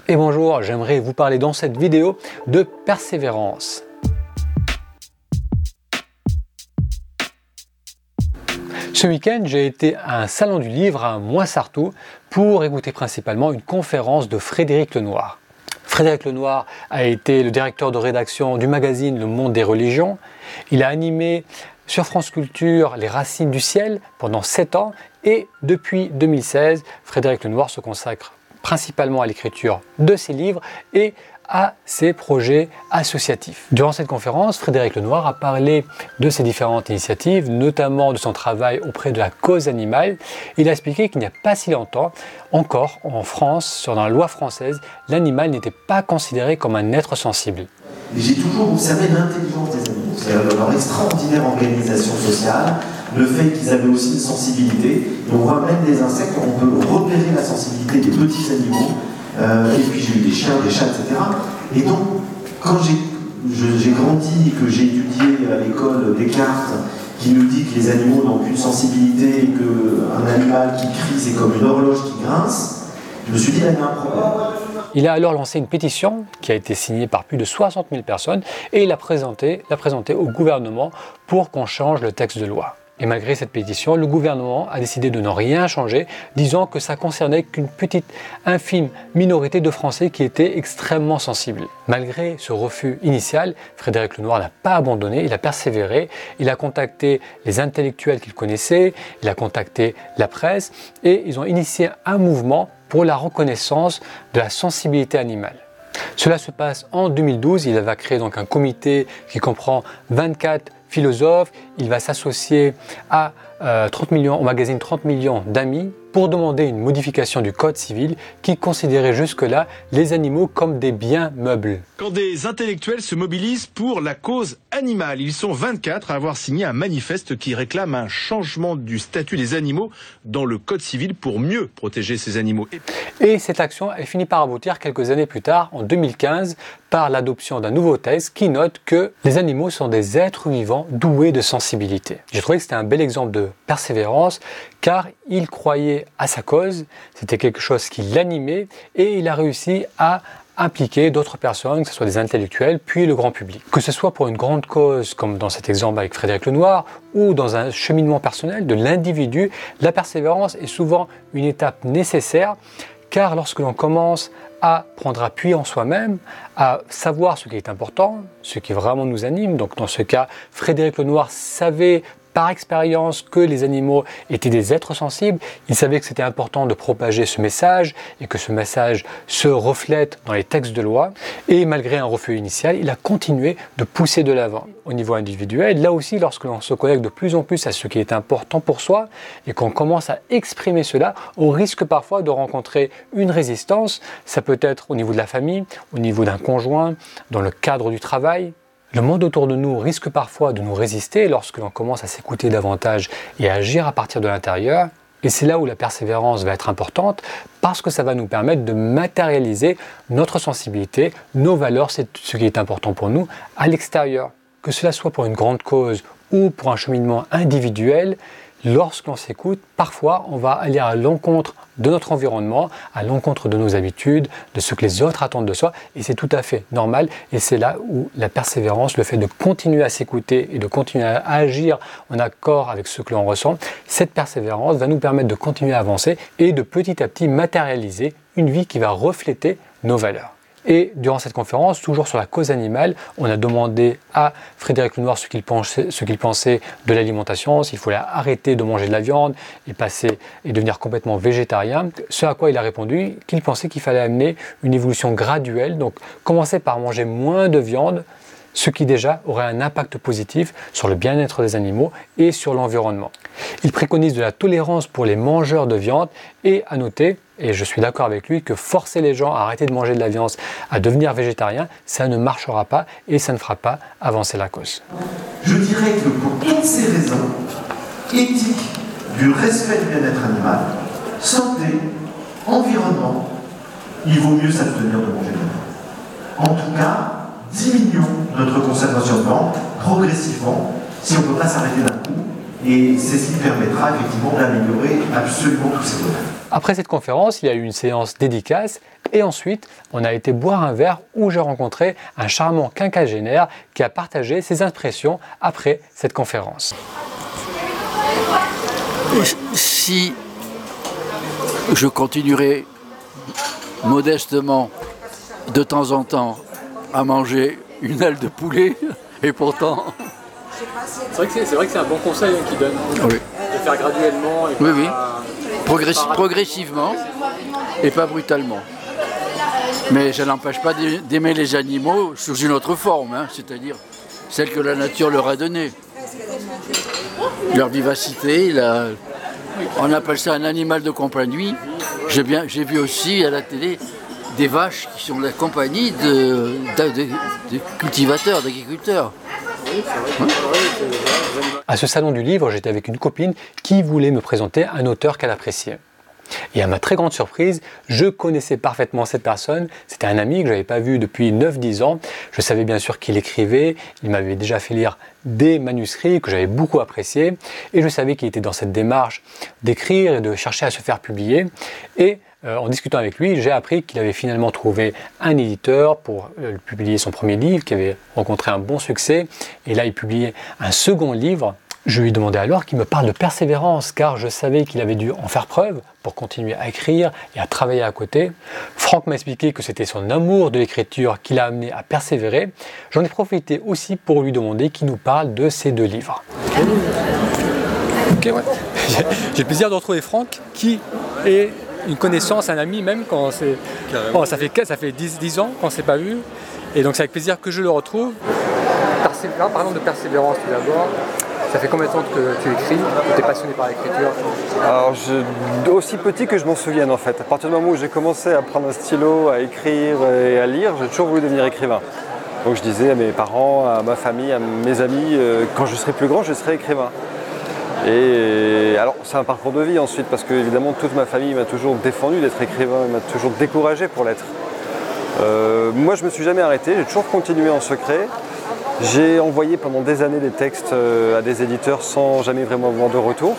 Et bonjour, j'aimerais vous parler dans cette vidéo de persévérance. Ce week-end, j'ai été à un salon du livre à Moissartou pour écouter principalement une conférence de Frédéric Lenoir. Frédéric Lenoir a été le directeur de rédaction du magazine Le Monde des Religions. Il a animé sur France Culture Les Racines du Ciel pendant 7 ans et depuis 2016, Frédéric Lenoir se consacre principalement à l'écriture de ses livres et à ses projets associatifs. Durant cette conférence, Frédéric Lenoir a parlé de ses différentes initiatives, notamment de son travail auprès de la cause animale. Il a expliqué qu'il n'y a pas si longtemps, encore en France, dans la loi française, l'animal n'était pas considéré comme un être sensible. J'ai toujours observé l'intelligence des animaux, c'est-à-dire leur extraordinaire organisation sociale, le fait qu'ils avaient aussi une sensibilité. Et on voit même des insectes, on peut repérer la sensibilité des petits animaux. Et puis j'ai eu des chiens, des chats, etc. Et donc, quand j'ai grandi et que j'ai étudié à l'école Descartes, qui nous dit que les animaux n'ont aucune sensibilité et qu'un animal qui crie, c'est comme une horloge qui grince, je me suis dit, là, il y a un problème. Il a alors lancé une pétition qui a été signée par plus de 60 000 personnes et il l'a présentée au gouvernement pour qu'on change le texte de loi. Et malgré cette pétition, le gouvernement a décidé de ne rien changer, disant que ça concernait qu'une petite, infime minorité de Français qui étaient extrêmement sensibles. Malgré ce refus initial, Frédéric Lenoir n'a pas abandonné, il a persévéré, il a contacté les intellectuels qu'il connaissait, il a contacté la presse et ils ont initié un mouvement pour la reconnaissance de la sensibilité animale. Cela se passe en 2012, il va créer donc un comité qui comprend 24 philosophe, il va s'associer à 30 millions, au magazine 30 millions d'amis pour demander une modification du code civil qui considérait jusque-là les animaux comme des biens meubles. Quand des intellectuels se mobilisent pour la cause animale, ils sont 24 à avoir signé un manifeste qui réclame un changement du statut des animaux dans le code civil pour mieux protéger ces animaux. Et cette action, elle finit par aboutir quelques années plus tard, en 2015, par l'adoption d'un nouveau texte qui note que les animaux sont des êtres vivants doués de sensibilité. J'ai trouvé que c'était un bel exemple de persévérance car il croyait à sa cause, c'était quelque chose qui l'animait et il a réussi à impliquer d'autres personnes, que ce soit des intellectuels, puis le grand public. Que ce soit pour une grande cause, comme dans cet exemple avec Frédéric Lenoir, ou dans un cheminement personnel de l'individu, la persévérance est souvent une étape nécessaire, car lorsque l'on commence à prendre appui en soi-même, à savoir ce qui est important, ce qui vraiment nous anime, donc dans ce cas, Frédéric Lenoir savait par expérience que les animaux étaient des êtres sensibles, il savait que c'était important de propager ce message et que ce message se reflète dans les textes de loi et malgré un refus initial, il a continué de pousser de l'avant. Au niveau individuel, là aussi lorsque l'on se connecte de plus en plus à ce qui est important pour soi et qu'on commence à exprimer cela, on risque parfois de rencontrer une résistance, ça peut être au niveau de la famille, au niveau d'un conjoint, dans le cadre du travail. Le monde autour de nous risque parfois de nous résister lorsque l'on commence à s'écouter davantage et à agir à partir de l'intérieur. Et c'est là où la persévérance va être importante parce que ça va nous permettre de matérialiser notre sensibilité, nos valeurs, c'est ce qui est important pour nous, à l'extérieur. Que cela soit pour une grande cause ou pour un cheminement individuel, lorsqu'on s'écoute, parfois on va aller à l'encontre de notre environnement, à l'encontre de nos habitudes, de ce que les autres attendent de soi, et c'est tout à fait normal, et c'est là où la persévérance, le fait de continuer à s'écouter et de continuer à agir en accord avec ce que l'on ressent, cette persévérance va nous permettre de continuer à avancer et de petit à petit matérialiser une vie qui va refléter nos valeurs. Et durant cette conférence, toujours sur la cause animale, on a demandé à Frédéric Lenoir ce qu'il pensait de l'alimentation, s'il fallait arrêter de manger de la viande et devenir complètement végétarien. Ce à quoi il a répondu qu'il pensait qu'il fallait amener une évolution graduelle, donc commencer par manger moins de viande, ce qui déjà aurait un impact positif sur le bien-être des animaux et sur l'environnement. Il préconise de la tolérance pour les mangeurs de viande et à noter, et je suis d'accord avec lui, que forcer les gens à arrêter de manger de la viande, à devenir végétarien, ça ne marchera pas et ça ne fera pas avancer la cause. Je dirais que pour toutes ces raisons éthiques du respect du bien-être animal, santé, environnement, il vaut mieux s'abstenir de manger de la viande. En tout cas, diminuons notre consommation de viande progressivement, si on ne peut pas s'arrêter d'un coup, et c'est ce qui permettra effectivement d'améliorer absolument tous ces domaines. Après cette conférence, il y a eu une séance dédicace Et ensuite, on a été boire un verre où j'ai rencontré un charmant quinquagénaire qui a partagé ses impressions après cette conférence. Si je continuerai modestement de temps en temps à manger une aile de poulet, et pourtant... C'est vrai que c'est un bon conseil qu'il donne, oui. De faire graduellement. Et oui. Progressivement et pas brutalement. Mais ça n'empêche pas d'aimer les animaux sous une autre forme, hein, c'est-à-dire celle que la nature leur a donnée. Leur vivacité, on appelle ça un animal de compagnie. J'ai vu aussi à la télé des vaches qui sont la compagnie de cultivateurs, d'agriculteurs. À ce salon du livre, j'étais avec une copine qui voulait me présenter un auteur qu'elle appréciait. Et à ma très grande surprise, je connaissais parfaitement cette personne. C'était un ami que je n'avais pas vu depuis 9-10 ans. Je savais bien sûr qu'il écrivait. Il m'avait déjà fait lire des manuscrits que j'avais beaucoup appréciés. Et je savais qu'il était dans cette démarche d'écrire et de chercher à se faire publier. Et en discutant avec lui, j'ai appris qu'il avait finalement trouvé un éditeur pour publier son premier livre, qui avait rencontré un bon succès. Et là, il publiait un second livre. Je lui demandais alors qu'il me parle de persévérance, car je savais qu'il avait dû en faire preuve pour continuer à écrire et à travailler à côté. Franck m'a expliqué que c'était son amour de l'écriture qui l'a amené à persévérer. J'en ai profité aussi pour lui demander qu'il nous parle de ces deux livres. Ok, ouais. J'ai le plaisir de retrouver Franck, qui est une connaissance, un ami même, quand c'est... Oh, ça fait 10 ans qu'on ne s'est pas vu, et donc c'est avec plaisir que je le retrouve. Parlons de persévérance tout d'abord. Ça fait combien de temps que tu écris, que tu es passionné par l'écriture? Alors, aussi petit que je m'en souvienne en fait. À partir du moment où j'ai commencé à prendre un stylo, à écrire et à lire, j'ai toujours voulu devenir écrivain. Donc je disais à mes parents, à ma famille, à mes amis, quand je serai plus grand, je serai écrivain. Et alors c'est un parcours de vie ensuite, parce que évidemment toute ma famille m'a toujours défendu d'être écrivain, m'a toujours découragé pour l'être. Moi je me suis jamais arrêté, j'ai toujours continué en secret. J'ai envoyé pendant des années des textes à des éditeurs sans jamais vraiment avoir de retour.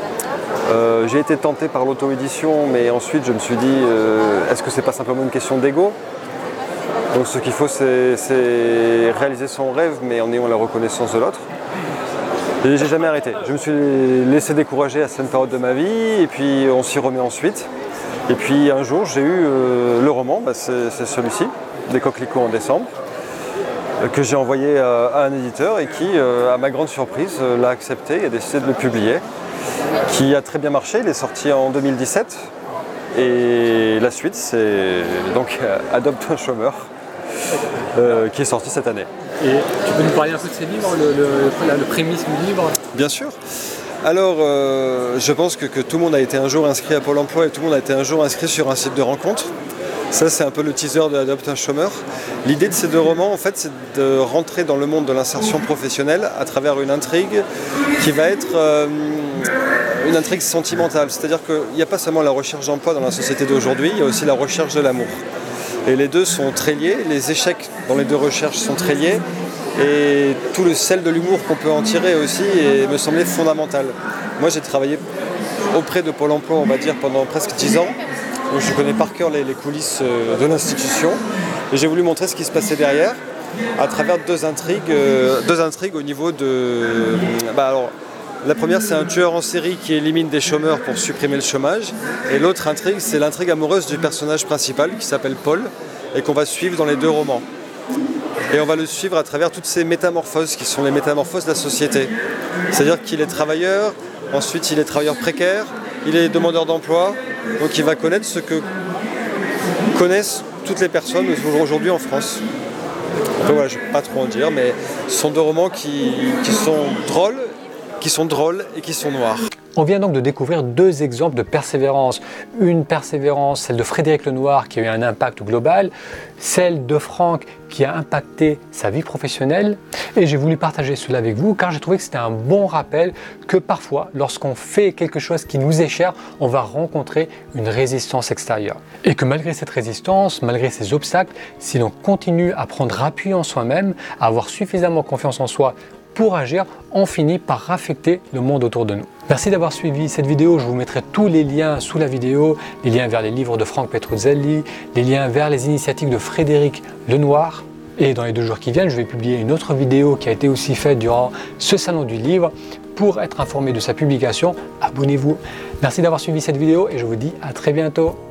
J'ai été tenté par l'auto-édition, mais ensuite je me suis dit, est-ce que c'est pas simplement une question d'ego? Donc ce qu'il faut c'est réaliser son rêve, mais en ayant la reconnaissance de l'autre. Et j'ai jamais arrêté. Je me suis laissé décourager à certaines périodes de ma vie, et puis on s'y remet ensuite. Et puis un jour j'ai eu le roman, c'est celui-ci, Des coquelicots en décembre, que j'ai envoyé à un éditeur et qui, à ma grande surprise, l'a accepté et a décidé de le publier, qui a très bien marché. Il est sorti en 2017 et la suite c'est donc Adopte un chômeur, qui est sorti cette année. Et tu peux nous parler un peu de ces livres, le prémisse du livre? Bien sûr. Alors, je pense que tout le monde a été un jour inscrit à Pôle emploi et tout le monde a été un jour inscrit sur un site de rencontre. Ça, c'est un peu le teaser de Adopte un chômeur. L'idée de ces deux romans, en fait, c'est de rentrer dans le monde de l'insertion professionnelle à travers une intrigue qui va être une intrigue sentimentale. C'est-à-dire qu'il n'y a pas seulement la recherche d'emploi dans la société d'aujourd'hui, il y a aussi la recherche de l'amour. Et les deux sont très liés, les échecs dans les deux recherches sont très liés, et tout le sel de l'humour qu'on peut en tirer aussi me semblait fondamental. Moi, j'ai travaillé auprès de Pôle emploi, on va dire, pendant presque 10 ans. Donc je connais par cœur les coulisses de l'institution et j'ai voulu montrer ce qui se passait derrière à travers deux intrigues au niveau de... alors, la première, c'est un tueur en série qui élimine des chômeurs pour supprimer le chômage, et l'autre intrigue, c'est l'intrigue amoureuse du personnage principal qui s'appelle Paul et qu'on va suivre dans les deux romans. Et on va le suivre à travers toutes ces métamorphoses qui sont les métamorphoses de la société. C'est-à-dire qu'il est travailleur, ensuite il est travailleur précaire, il est demandeur d'emploi, donc il va connaître ce que connaissent toutes les personnes aujourd'hui en France. Enfin, voilà, je ne vais pas trop en dire, mais ce sont deux romans qui sont drôles et qui sont noirs. On vient donc de découvrir deux exemples de persévérance. Une persévérance, celle de Frédéric Lenoir, qui a eu un impact global, celle de Franck, qui a impacté sa vie professionnelle. Et j'ai voulu partager cela avec vous, car j'ai trouvé que c'était un bon rappel que parfois, lorsqu'on fait quelque chose qui nous est cher, on va rencontrer une résistance extérieure. Et que malgré cette résistance, malgré ces obstacles, si l'on continue à prendre appui en soi-même, à avoir suffisamment confiance en soi pour agir, on finit par affecter le monde autour de nous. Merci d'avoir suivi cette vidéo. Je vous mettrai tous les liens sous la vidéo, les liens vers les livres de Franck Petruzzelli, les liens vers les initiatives de Frédéric Lenoir. Et dans les 2 jours qui viennent, je vais publier une autre vidéo qui a été aussi faite durant ce salon du livre. Pour être informé de sa publication, abonnez-vous. Merci d'avoir suivi cette vidéo et je vous dis à très bientôt.